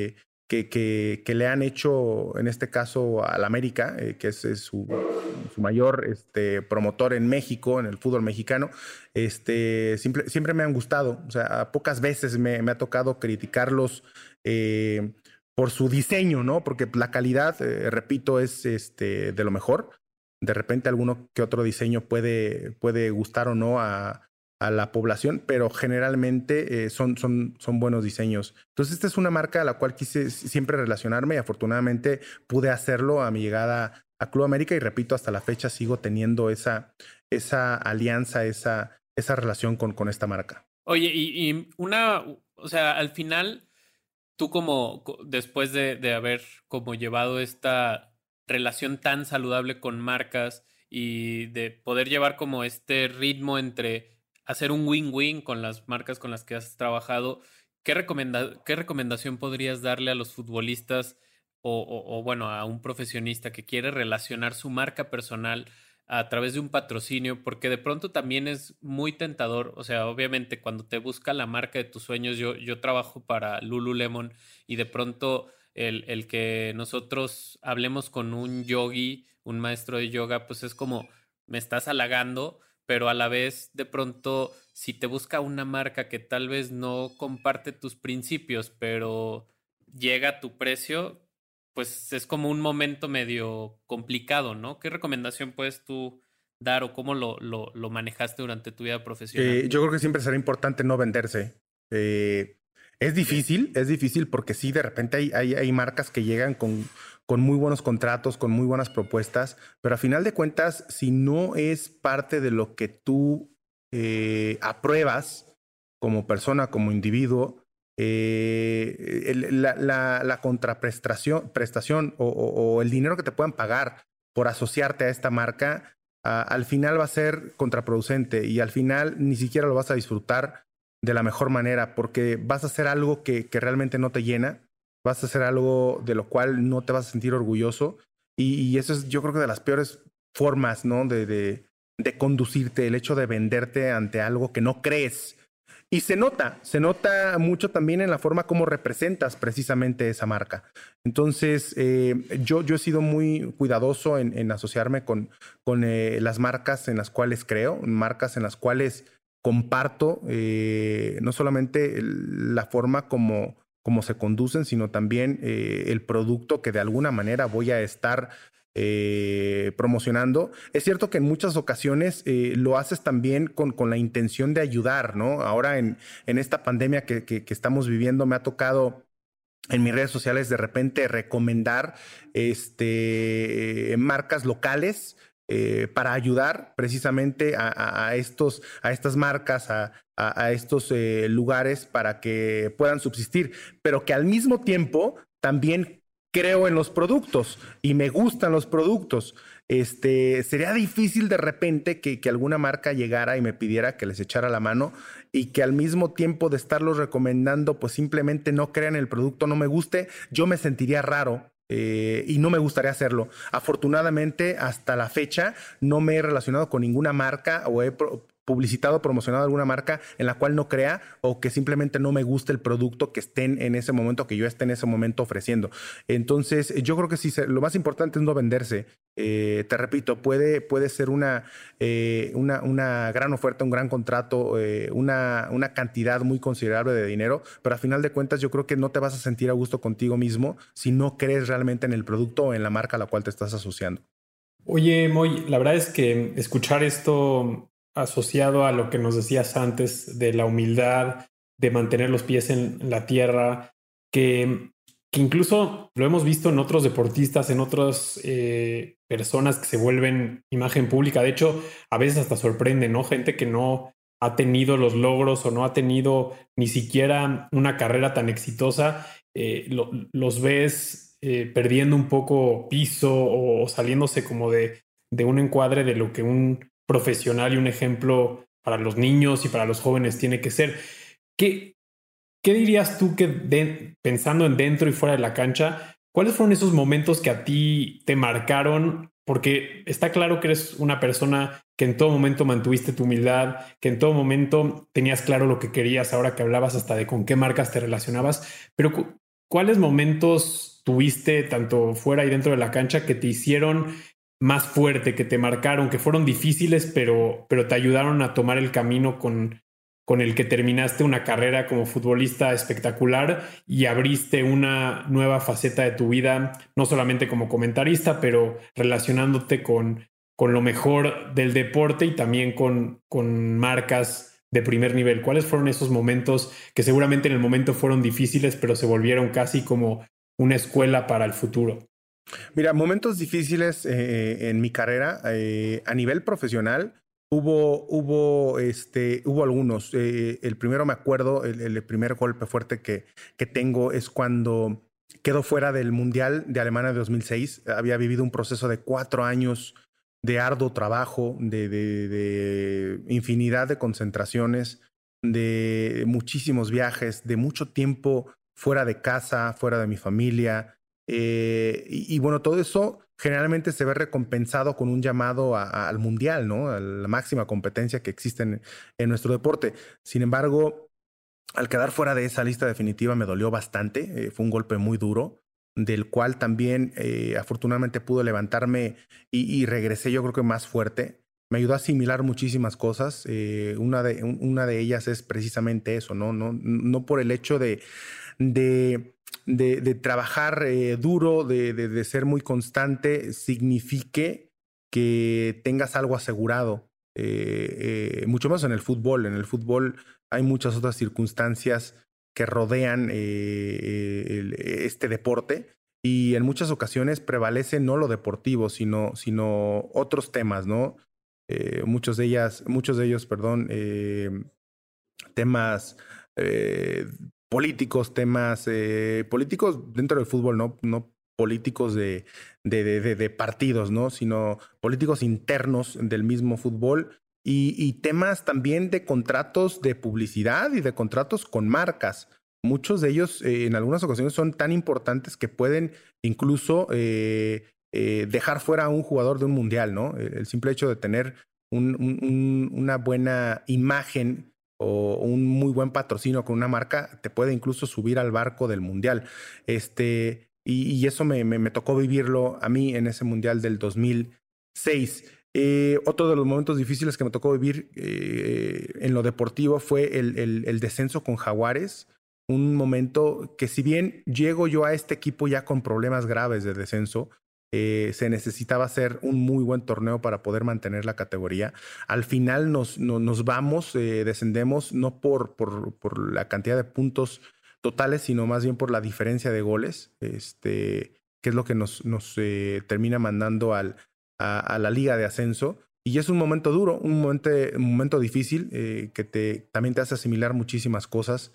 que le han hecho, en este caso, al América, que es su mayor promotor en México, en el fútbol mexicano, siempre me han gustado. O sea, pocas veces me ha tocado criticarlos por su diseño, ¿no? Porque la calidad, repito, es de lo mejor. De repente alguno que otro diseño puede gustar o no a la población, pero generalmente son buenos diseños. Entonces esta es una marca a la cual quise siempre relacionarme y afortunadamente pude hacerlo a mi llegada a Club América y repito, hasta la fecha sigo teniendo esa alianza, esa relación con esta marca. Oye, o sea, al final, tú después de haber como llevado esta relación tan saludable con marcas y de poder llevar como este ritmo entre hacer un win-win con las marcas con las que has trabajado, ¿qué recomendación podrías darle a los futbolistas o bueno, a un profesionista que quiere relacionar su marca personal a través de un patrocinio? Porque de pronto también es muy tentador. O sea, obviamente cuando te busca la marca de tus sueños, yo trabajo para Lululemon y de pronto el que nosotros hablemos con un yogi, un maestro de yoga, pues es como me estás halagando, pero a la vez de pronto si te busca una marca que tal vez no comparte tus principios, pero llega a tu precio, pues es como un momento medio complicado, ¿no? ¿Qué recomendación puedes tú dar o cómo lo manejaste durante tu vida profesional? Yo creo que siempre será importante no venderse. Es difícil porque sí, de repente hay marcas que llegan con muy buenos contratos, con muy buenas propuestas, pero a final de cuentas, si no es parte de lo que tú apruebas como persona, como individuo, la contraprestación o el dinero que te puedan pagar por asociarte a esta marca, al final va a ser contraproducente y al final ni siquiera lo vas a disfrutar de la mejor manera porque vas a hacer algo que realmente no te llena, vas a hacer algo de lo cual no te vas a sentir orgulloso y eso es yo creo que de las peores formas, ¿no? de conducirte, el hecho de venderte ante algo que no crees. Y se nota mucho también en la forma como representas precisamente esa marca. Entonces, yo he sido muy cuidadoso en asociarme con las marcas en las cuales creo, marcas en las cuales comparto no solamente la forma como se conducen, sino también el producto que de alguna manera voy a estar promocionando. Es cierto que en muchas ocasiones lo haces también con la intención de ayudar, ¿no? Ahora en esta pandemia que estamos viviendo me ha tocado en mis redes sociales de repente recomendar marcas locales para ayudar precisamente a estas marcas, a estos lugares para que puedan subsistir, pero que al mismo tiempo también creo en los productos y me gustan los productos. Sería difícil de repente que alguna marca llegara y me pidiera que les echara la mano y que al mismo tiempo de estarlos recomendando, pues simplemente no crean el producto, no me guste, yo me sentiría raro. Y no me gustaría hacerlo. Afortunadamente, hasta la fecha, no me he relacionado con ninguna marca o he publicitado, promocionado alguna marca en la cual no crea o que simplemente no me guste el producto que estén en ese momento, que yo esté en ese momento ofreciendo. Entonces, yo creo que sí, lo más importante es no venderse. Te repito, puede ser una gran oferta, un gran contrato, una cantidad muy considerable de dinero, pero a final de cuentas yo creo que no te vas a sentir a gusto contigo mismo si no crees realmente en el producto o en la marca a la cual te estás asociando. Oye, Moy, la verdad es que escuchar esto asociado a lo que nos decías antes de la humildad, de mantener los pies en la tierra, que incluso lo hemos visto en otros deportistas, en otras personas que se vuelven imagen pública. De hecho, a veces hasta sorprende, ¿no? Gente que no ha tenido los logros o no ha tenido ni siquiera una carrera tan exitosa, los ves perdiendo un poco piso o saliéndose como de un encuadre de lo que un profesional y un ejemplo para los niños y para los jóvenes tiene que ser. ¿Qué dirías tú que pensando en dentro y fuera de la cancha, cuáles fueron esos momentos que a ti te marcaron? Porque está claro que eres una persona que en todo momento mantuviste tu humildad, que en todo momento tenías claro lo que querías, ahora que hablabas hasta de con qué marcas te relacionabas, pero ¿cuáles momentos tuviste tanto fuera y dentro de la cancha que te hicieron más fuerte, que te marcaron, que fueron difíciles, pero te ayudaron a tomar el camino con el que terminaste una carrera como futbolista espectacular y abriste una nueva faceta de tu vida, no solamente como comentarista, pero relacionándote con lo mejor del deporte y también con marcas de primer nivel? ¿Cuáles fueron esos momentos que seguramente en el momento fueron difíciles, pero se volvieron casi como una escuela para el futuro? Mira, momentos difíciles en mi carrera a nivel profesional. Hubo algunos. El primero me acuerdo, el primer golpe fuerte que tengo es cuando quedo fuera del Mundial de Alemania de 2006. Había vivido un proceso de 4 años de arduo trabajo, de infinidad de concentraciones, de muchísimos viajes, de mucho tiempo fuera de casa, fuera de mi familia. Y bueno, todo eso generalmente se ve recompensado con un llamado al mundial, ¿no? A la máxima competencia que existe en nuestro deporte. Sin embargo, al quedar fuera de esa lista definitiva me dolió bastante. Fue un golpe muy duro, del cual también afortunadamente pude levantarme y regresé yo creo que más fuerte. Me ayudó a asimilar muchísimas cosas. Una de ellas es precisamente eso, ¿no? No por el hecho de trabajar duro, de ser muy constante, signifique que tengas algo asegurado. Mucho más en el fútbol. En el fútbol hay muchas otras circunstancias que rodean este deporte y en muchas ocasiones prevalece no lo deportivo, sino otros temas, ¿no? Muchos de ellos, perdón, temas políticos, temas políticos dentro del fútbol, no políticos de partidos, ¿no? Sino políticos internos del mismo fútbol y temas también de contratos de publicidad y de contratos con marcas. Muchos de ellos en algunas ocasiones son tan importantes que pueden incluso dejar fuera a un jugador de un mundial, ¿no? El simple hecho de tener una buena imagen o un muy buen patrocinio con una marca te puede incluso subir al barco del mundial. Y eso me tocó vivirlo a mí en ese mundial del 2006. Otro de los momentos difíciles que me tocó vivir en lo deportivo fue el descenso con Jaguares. Un momento que si bien llego yo a este equipo ya con problemas graves de descenso, se necesitaba hacer un muy buen torneo para poder mantener la categoría. Al final nos vamos, descendemos no por la cantidad de puntos totales, sino más bien por la diferencia de goles, que es lo que nos termina mandando a la liga de ascenso. Y es un momento duro, un momento difícil que también te hace asimilar muchísimas cosas.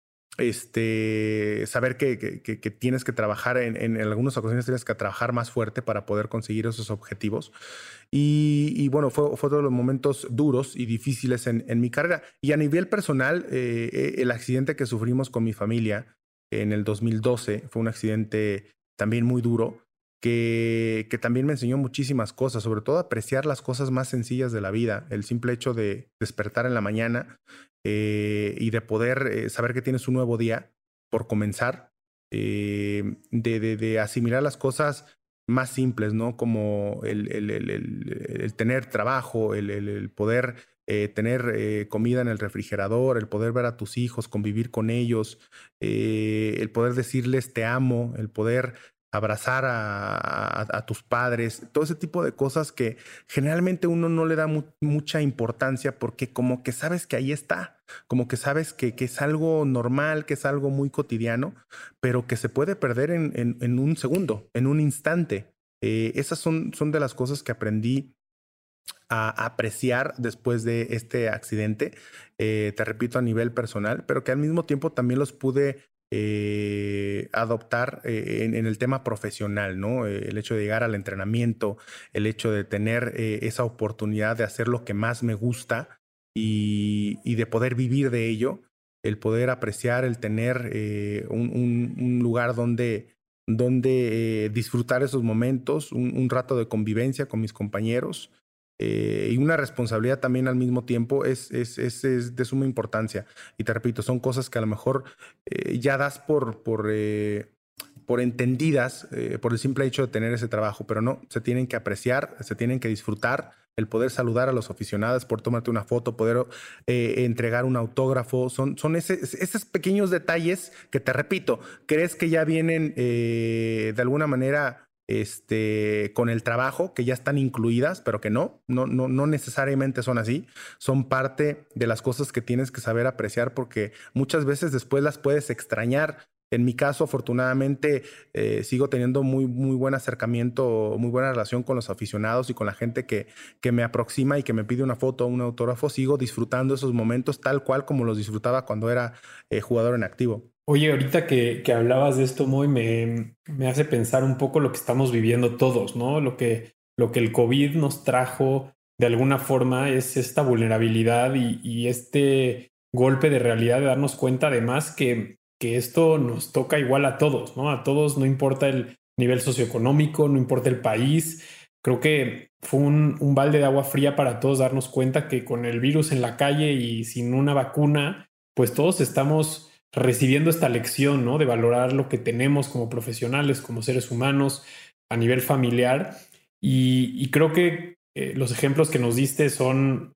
Saber que tienes que trabajar en algunas ocasiones tienes que trabajar más fuerte para poder conseguir esos objetivos. Y bueno, fue otro de los momentos duros y difíciles en mi carrera. Y a nivel personal, el accidente que sufrimos con mi familia en el 2012 fue un accidente también muy duro que también me enseñó muchísimas cosas, sobre todo apreciar las cosas más sencillas de la vida. El simple hecho de despertar en la mañana y de poder saber que tienes un nuevo día por comenzar, de asimilar las cosas más simples, ¿no? Como el tener trabajo, el poder tener comida en el refrigerador, el poder ver a tus hijos, convivir con ellos, el poder decirles te amo, el poder abrazar a tus padres, todo ese tipo de cosas que generalmente uno no le da mucha importancia porque como que sabes que ahí está, como que sabes que es algo normal, que es algo muy cotidiano, pero que se puede perder en un segundo, en un instante. Esas son de las cosas que aprendí a apreciar después de este accidente, te repito, a nivel personal, pero que al mismo tiempo también los pude adoptar en el tema profesional, ¿no? El hecho de llegar al entrenamiento, el hecho de tener esa oportunidad de hacer lo que más me gusta y de poder vivir de ello, el poder apreciar, el tener un lugar donde disfrutar esos momentos, un rato de convivencia con mis compañeros. y una responsabilidad también al mismo tiempo es de suma importancia. Y te repito, son cosas que a lo mejor ya das por entendidas por el simple hecho de tener ese trabajo, pero no, se tienen que apreciar, se tienen que disfrutar, el poder saludar a los aficionados, poder tomarte una foto, poder entregar un autógrafo, son esos pequeños detalles que, te repito, crees que ya vienen de alguna manera con el trabajo, que ya están incluidas, pero que no necesariamente son así, son parte de las cosas que tienes que saber apreciar, porque muchas veces después las puedes extrañar. En mi caso, afortunadamente, sigo teniendo muy buen acercamiento, muy buena relación con los aficionados y con la gente que me aproxima y que me pide una foto o un autógrafo. Sigo disfrutando esos momentos tal cual como los disfrutaba cuando era jugador en activo. Oye, ahorita que hablabas de esto, Moy, me hace pensar un poco lo que estamos viviendo todos, ¿no? Lo que el COVID nos trajo de alguna forma es esta vulnerabilidad y este golpe de realidad de darnos cuenta además que esto nos toca igual a todos, ¿no? A todos, no importa el nivel socioeconómico, no importa el país. Creo que fue un balde de agua fría para todos darnos cuenta que con el virus en la calle y sin una vacuna, pues todos estamos recibiendo esta lección, ¿no? De valorar lo que tenemos como profesionales, como seres humanos, a nivel familiar. Y creo que los ejemplos que nos diste son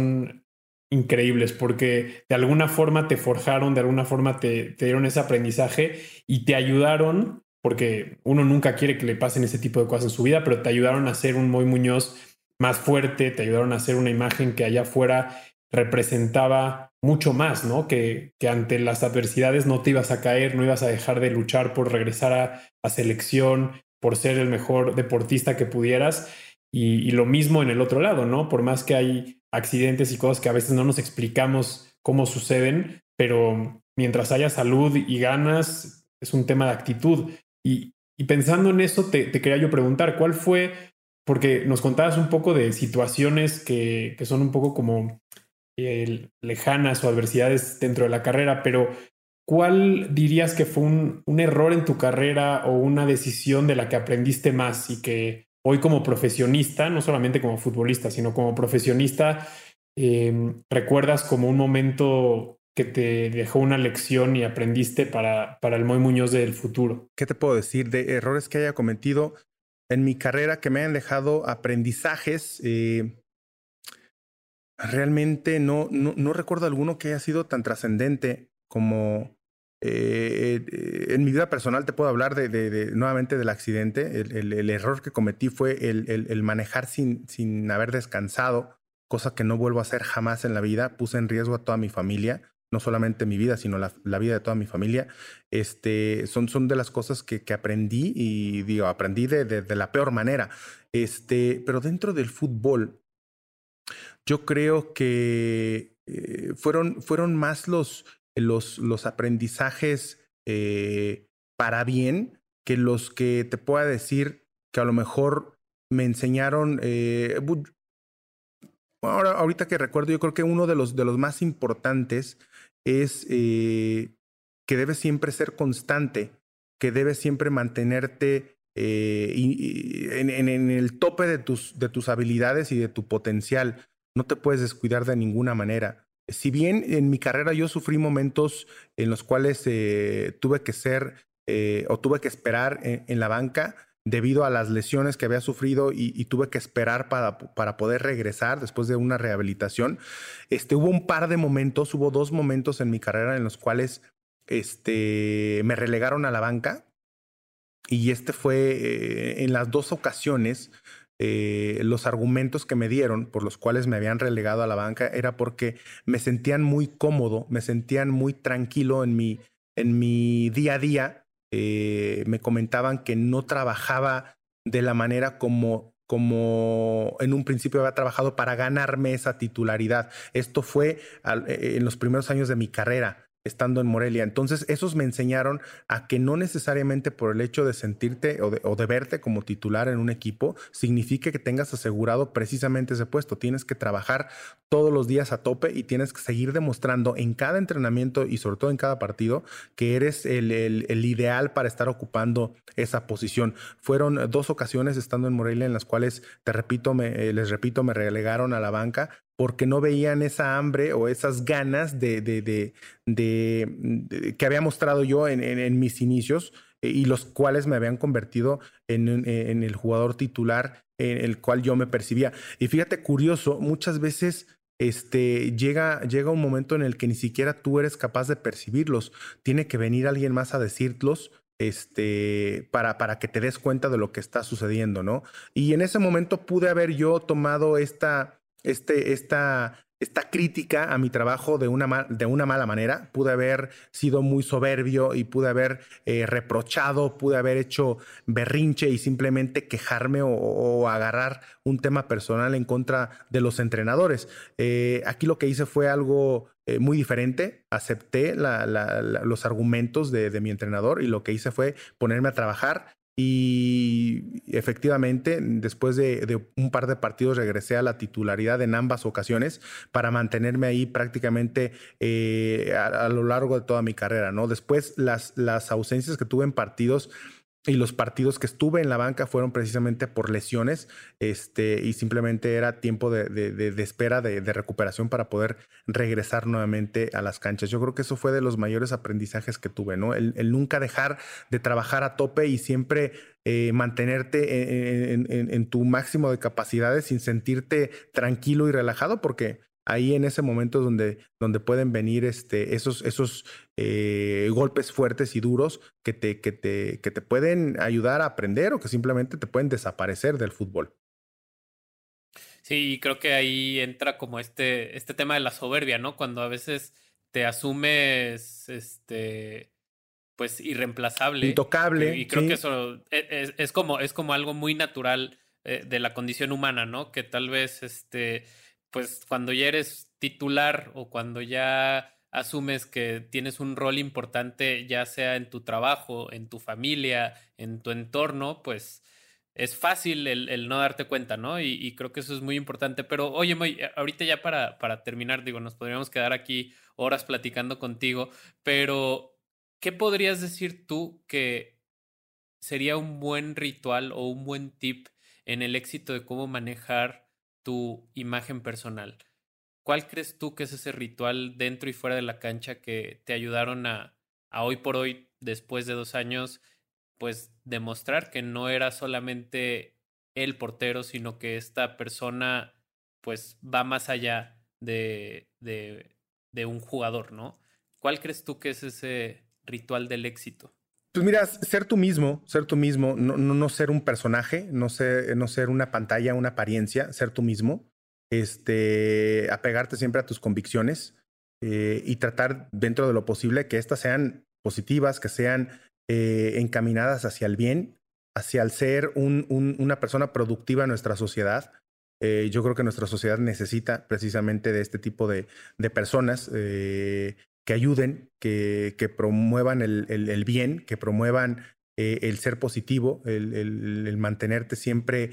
increíbles porque de alguna forma te forjaron, de alguna forma te dieron ese aprendizaje y te ayudaron, porque uno nunca quiere que le pasen ese tipo de cosas en su vida, pero te ayudaron a ser un Moy Muñoz más fuerte, te ayudaron a hacer una imagen que allá afuera representaba mucho más, ¿no? Que ante las adversidades no te ibas a caer, no ibas a dejar de luchar por regresar a selección, por ser el mejor deportista que pudieras. Y lo mismo en el otro lado, ¿no? Por más que hay accidentes y cosas que a veces no nos explicamos cómo suceden, pero mientras haya salud y ganas, es un tema de actitud. Y pensando en eso, te quería yo preguntar, ¿cuál fue? Porque nos contabas un poco de situaciones que son un poco como lejanas o adversidades dentro de la carrera, pero ¿cuál dirías que fue un error en tu carrera o una decisión de la que aprendiste más y que hoy como profesionista, no solamente como futbolista, sino como profesionista, recuerdas como un momento que te dejó una lección y aprendiste para el Moy Muñoz del futuro? ¿Qué te puedo decir de errores que haya cometido en mi carrera que me hayan dejado aprendizajes? Realmente no recuerdo alguno que haya sido tan trascendente como en mi vida personal. Te puedo hablar nuevamente del accidente. El error que cometí fue el manejar sin haber descansado, cosa que no vuelvo a hacer jamás en la vida. Puse en riesgo a toda mi familia, no solamente mi vida, sino la vida de toda mi familia. Son de las cosas que aprendí y digo, aprendí de la peor manera. Pero dentro del fútbol, yo creo que fueron más los aprendizajes para bien que los que te pueda decir que a lo mejor me enseñaron. Ahorita que recuerdo, yo creo que uno de los más importantes es que debes siempre ser constante, que debes siempre mantenerte en el tope de tus habilidades y de tu potencial. No te puedes descuidar de ninguna manera. Si bien en mi carrera yo sufrí momentos en los cuales tuve que esperar en la banca debido a las lesiones que había sufrido y tuve que esperar para poder regresar después de una rehabilitación. Hubo 2 momentos en mi carrera en los cuales me relegaron a la banca, y fue en las 2 ocasiones. Los argumentos que me dieron por los cuales me habían relegado a la banca era porque me sentían muy cómodo, me sentían muy tranquilo en mi día a día. Me comentaban que no trabajaba de la manera como en un principio había trabajado para ganarme esa titularidad. Esto fue en los primeros años de mi carrera. estando en Morelia. Entonces, esos me enseñaron a que no necesariamente por el hecho de sentirte o de verte como titular en un equipo, significa que tengas asegurado precisamente ese puesto. Tienes que trabajar todos los días a tope y tienes que seguir demostrando en cada entrenamiento y sobre todo en cada partido que eres el ideal para estar ocupando esa posición. Fueron 2 ocasiones estando en Morelia en las cuales, les repito, me relegaron a la banca porque no veían esa hambre o esas ganas que había mostrado yo en mis inicios y los cuales me habían convertido en el jugador titular en el cual yo me percibía. Y fíjate, curioso, muchas veces llega un momento en el que ni siquiera tú eres capaz de percibirlos. Tiene que venir alguien más a decirlos para que te des cuenta de lo que está sucediendo, ¿no? Y en ese momento pude haber yo tomado esta crítica a mi trabajo de una mala manera. Pude haber sido muy soberbio y pude haber reprochado, pude haber hecho berrinche y simplemente quejarme o agarrar un tema personal en contra de los entrenadores. Aquí lo que hice fue algo muy diferente. Acepté los argumentos de mi entrenador y lo que hice fue ponerme a trabajar. Y efectivamente, después de un par de partidos regresé a la titularidad en ambas ocasiones para mantenerme ahí prácticamente a lo largo de toda mi carrera, ¿no? Después las ausencias que tuve en partidos y los partidos que estuve en la banca fueron precisamente por lesiones, y simplemente era tiempo de espera, de recuperación para poder regresar nuevamente a las canchas. Yo creo que eso fue de los mayores aprendizajes que tuve, ¿no? El nunca dejar de trabajar a tope y siempre mantenerte en tu máximo de capacidades sin sentirte tranquilo y relajado, porque ahí en ese momento es donde pueden venir esos golpes fuertes y duros que te pueden ayudar a aprender o que simplemente te pueden desaparecer del fútbol. Sí, creo que ahí entra como este tema de la soberbia, ¿no? Cuando a veces te asumes pues irreemplazable. Intocable. Y creo sí. que eso es como algo muy natural de la condición humana, ¿no? Que tal vez pues cuando ya eres titular o cuando ya asumes que tienes un rol importante, ya sea en tu trabajo, en tu familia, en tu entorno, pues es fácil el no darte cuenta, ¿no? Y creo que eso es muy importante. Pero oye, Moy, ahorita ya para terminar, digo, nos podríamos quedar aquí horas platicando contigo, pero ¿qué podrías decir tú que sería un buen ritual o un buen tip en el éxito de cómo manejar tu imagen personal? ¿Cuál crees tú que es ese ritual dentro y fuera de la cancha que te ayudaron a hoy por hoy, después de 2 años, pues demostrar que no era solamente el portero, sino que esta persona pues va más allá de un jugador, ¿no? ¿Cuál crees tú que es ese ritual del éxito? Pues mira, ser tú mismo, no ser un personaje, no ser una pantalla, una apariencia, ser tú mismo, apegarte siempre a tus convicciones y tratar dentro de lo posible que éstas sean positivas, que sean encaminadas hacia el bien, hacia el ser una persona productiva en nuestra sociedad. Yo creo que nuestra sociedad necesita precisamente de este tipo de personas que ayuden, que promuevan el bien, que promuevan el ser positivo, el mantenerte siempre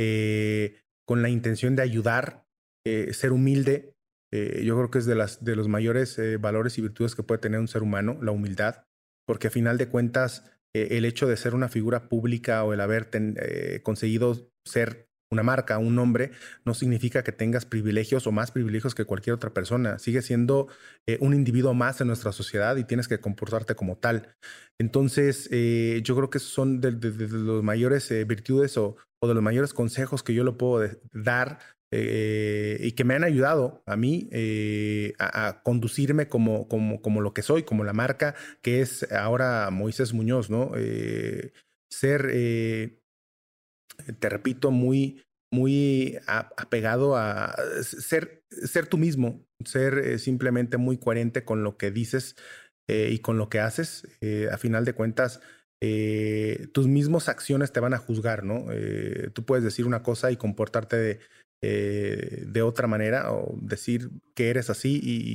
con la intención de ayudar, ser humilde. Yo creo que es de los mayores valores y virtudes que puede tener un ser humano, la humildad, porque a final de cuentas el hecho de ser una figura pública o el haber conseguido ser una marca, un nombre, no significa que tengas privilegios o más privilegios que cualquier otra persona. Sigues siendo un individuo más en nuestra sociedad y tienes que comportarte como tal. Entonces, yo creo que esos son de los mayores virtudes o de los mayores consejos que yo le puedo dar y que me han ayudado a mí a conducirme como lo que soy, como la marca que es ahora Moisés Muñoz, ¿no? Ser... te repito, muy apegado a ser tú mismo, ser simplemente muy coherente con lo que dices y con lo que haces. A final de cuentas, tus mismas acciones te van a juzgar, ¿no? Tú puedes decir una cosa y comportarte de otra manera o decir que eres así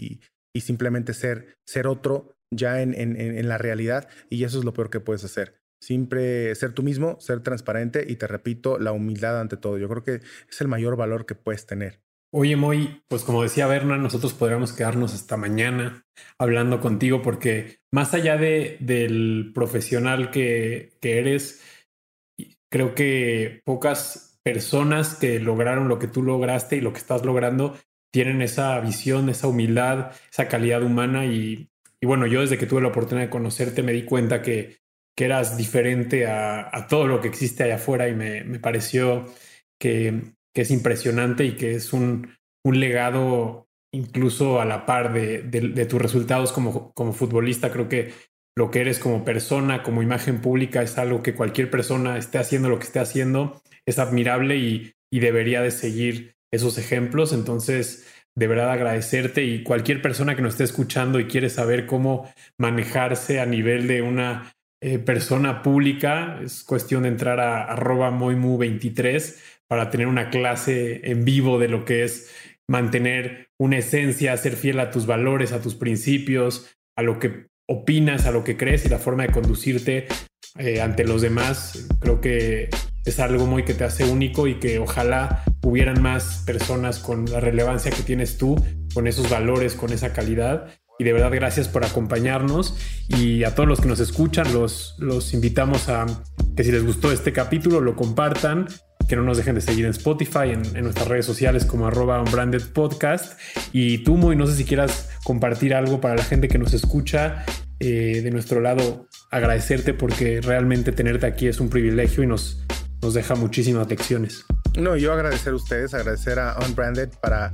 y simplemente ser otro ya en la realidad, y eso es lo peor que puedes hacer. Siempre ser tú mismo, ser transparente y, te repito, la humildad ante todo. Yo creo que es el mayor valor que puedes tener. Oye, Moy, pues como decía Berna, nosotros podríamos quedarnos hasta mañana hablando contigo, porque más allá del profesional que eres, creo que pocas personas que lograron lo que tú lograste y lo que estás logrando tienen esa visión, esa humildad, esa calidad humana. Y bueno, yo desde que tuve la oportunidad de conocerte me di cuenta que eras diferente a todo lo que existe allá afuera, y me pareció que es impresionante y que es un legado incluso a la par de tus resultados como futbolista. Creo que lo que eres como persona, como imagen pública, es algo que cualquier persona esté haciendo lo que esté haciendo es admirable y debería de seguir esos ejemplos. Entonces, de verdad agradecerte, y cualquier persona que nos esté escuchando y quiere saber cómo manejarse a nivel de una persona pública, es cuestión de entrar a @moymu23 para tener una clase en vivo de lo que es mantener una esencia, ser fiel a tus valores, a tus principios, a lo que opinas, a lo que crees, y la forma de conducirte ante los demás. Creo que es algo muy que te hace único, y que ojalá hubieran más personas con la relevancia que tienes tú, con esos valores, con esa calidad. Y de verdad, gracias por acompañarnos, y a todos los que nos escuchan los invitamos a que, si les gustó este capítulo, lo compartan, que no nos dejen de seguir en Spotify, en nuestras redes sociales como @onbrandedpodcast. Y tú, Moy, no sé si quieras compartir algo para la gente que nos escucha. De nuestro lado, agradecerte, porque realmente tenerte aquí es un privilegio y nos deja muchísimas lecciones. No, yo agradecer a ustedes, agradecer a Unbranded para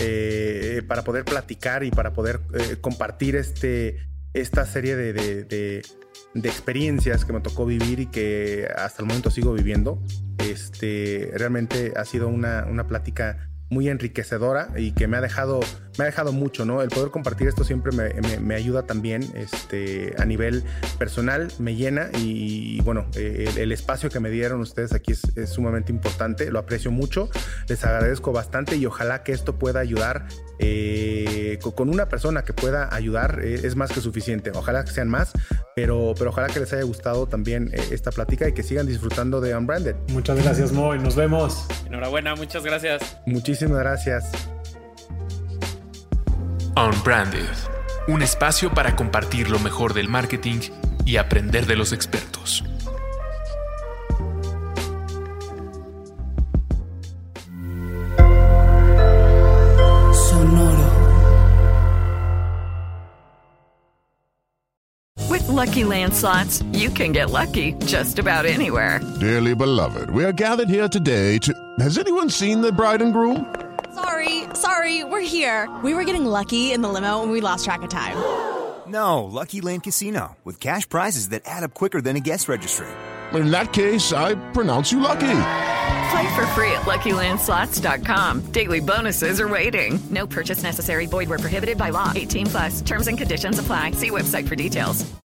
poder platicar y para poder compartir esta serie de experiencias que me tocó vivir y que hasta el momento sigo viviendo. Realmente ha sido una plática muy enriquecedora y que me ha dejado mucho, ¿no? El poder compartir esto siempre me ayuda también a nivel personal, me llena, y bueno, el espacio que me dieron ustedes aquí es sumamente importante, lo aprecio mucho, les agradezco bastante, y ojalá que esto pueda ayudar, con una persona que pueda ayudar es más que suficiente. Ojalá que sean más, pero ojalá que les haya gustado también esta plática y que sigan disfrutando de Unbranded. Muchas gracias, Moy, nos vemos. Enhorabuena, muchas gracias. Muchísimas gracias. Unbranded, un espacio para compartir lo mejor del marketing y aprender de los expertos. Sonoro. With Lucky Land Slots, you can get lucky just about anywhere. Dearly beloved, we are gathered here today to... Has anyone seen the bride and groom? Sorry, we're here. We were getting lucky in the limo and we lost track of time. No, Lucky Land Casino, with cash prizes that add up quicker than a guest registry. In that case, I pronounce you lucky. Play for free at LuckyLandSlots.com. Daily bonuses are waiting. No purchase necessary. Void where prohibited by law. 18+. Terms and conditions apply. See website for details.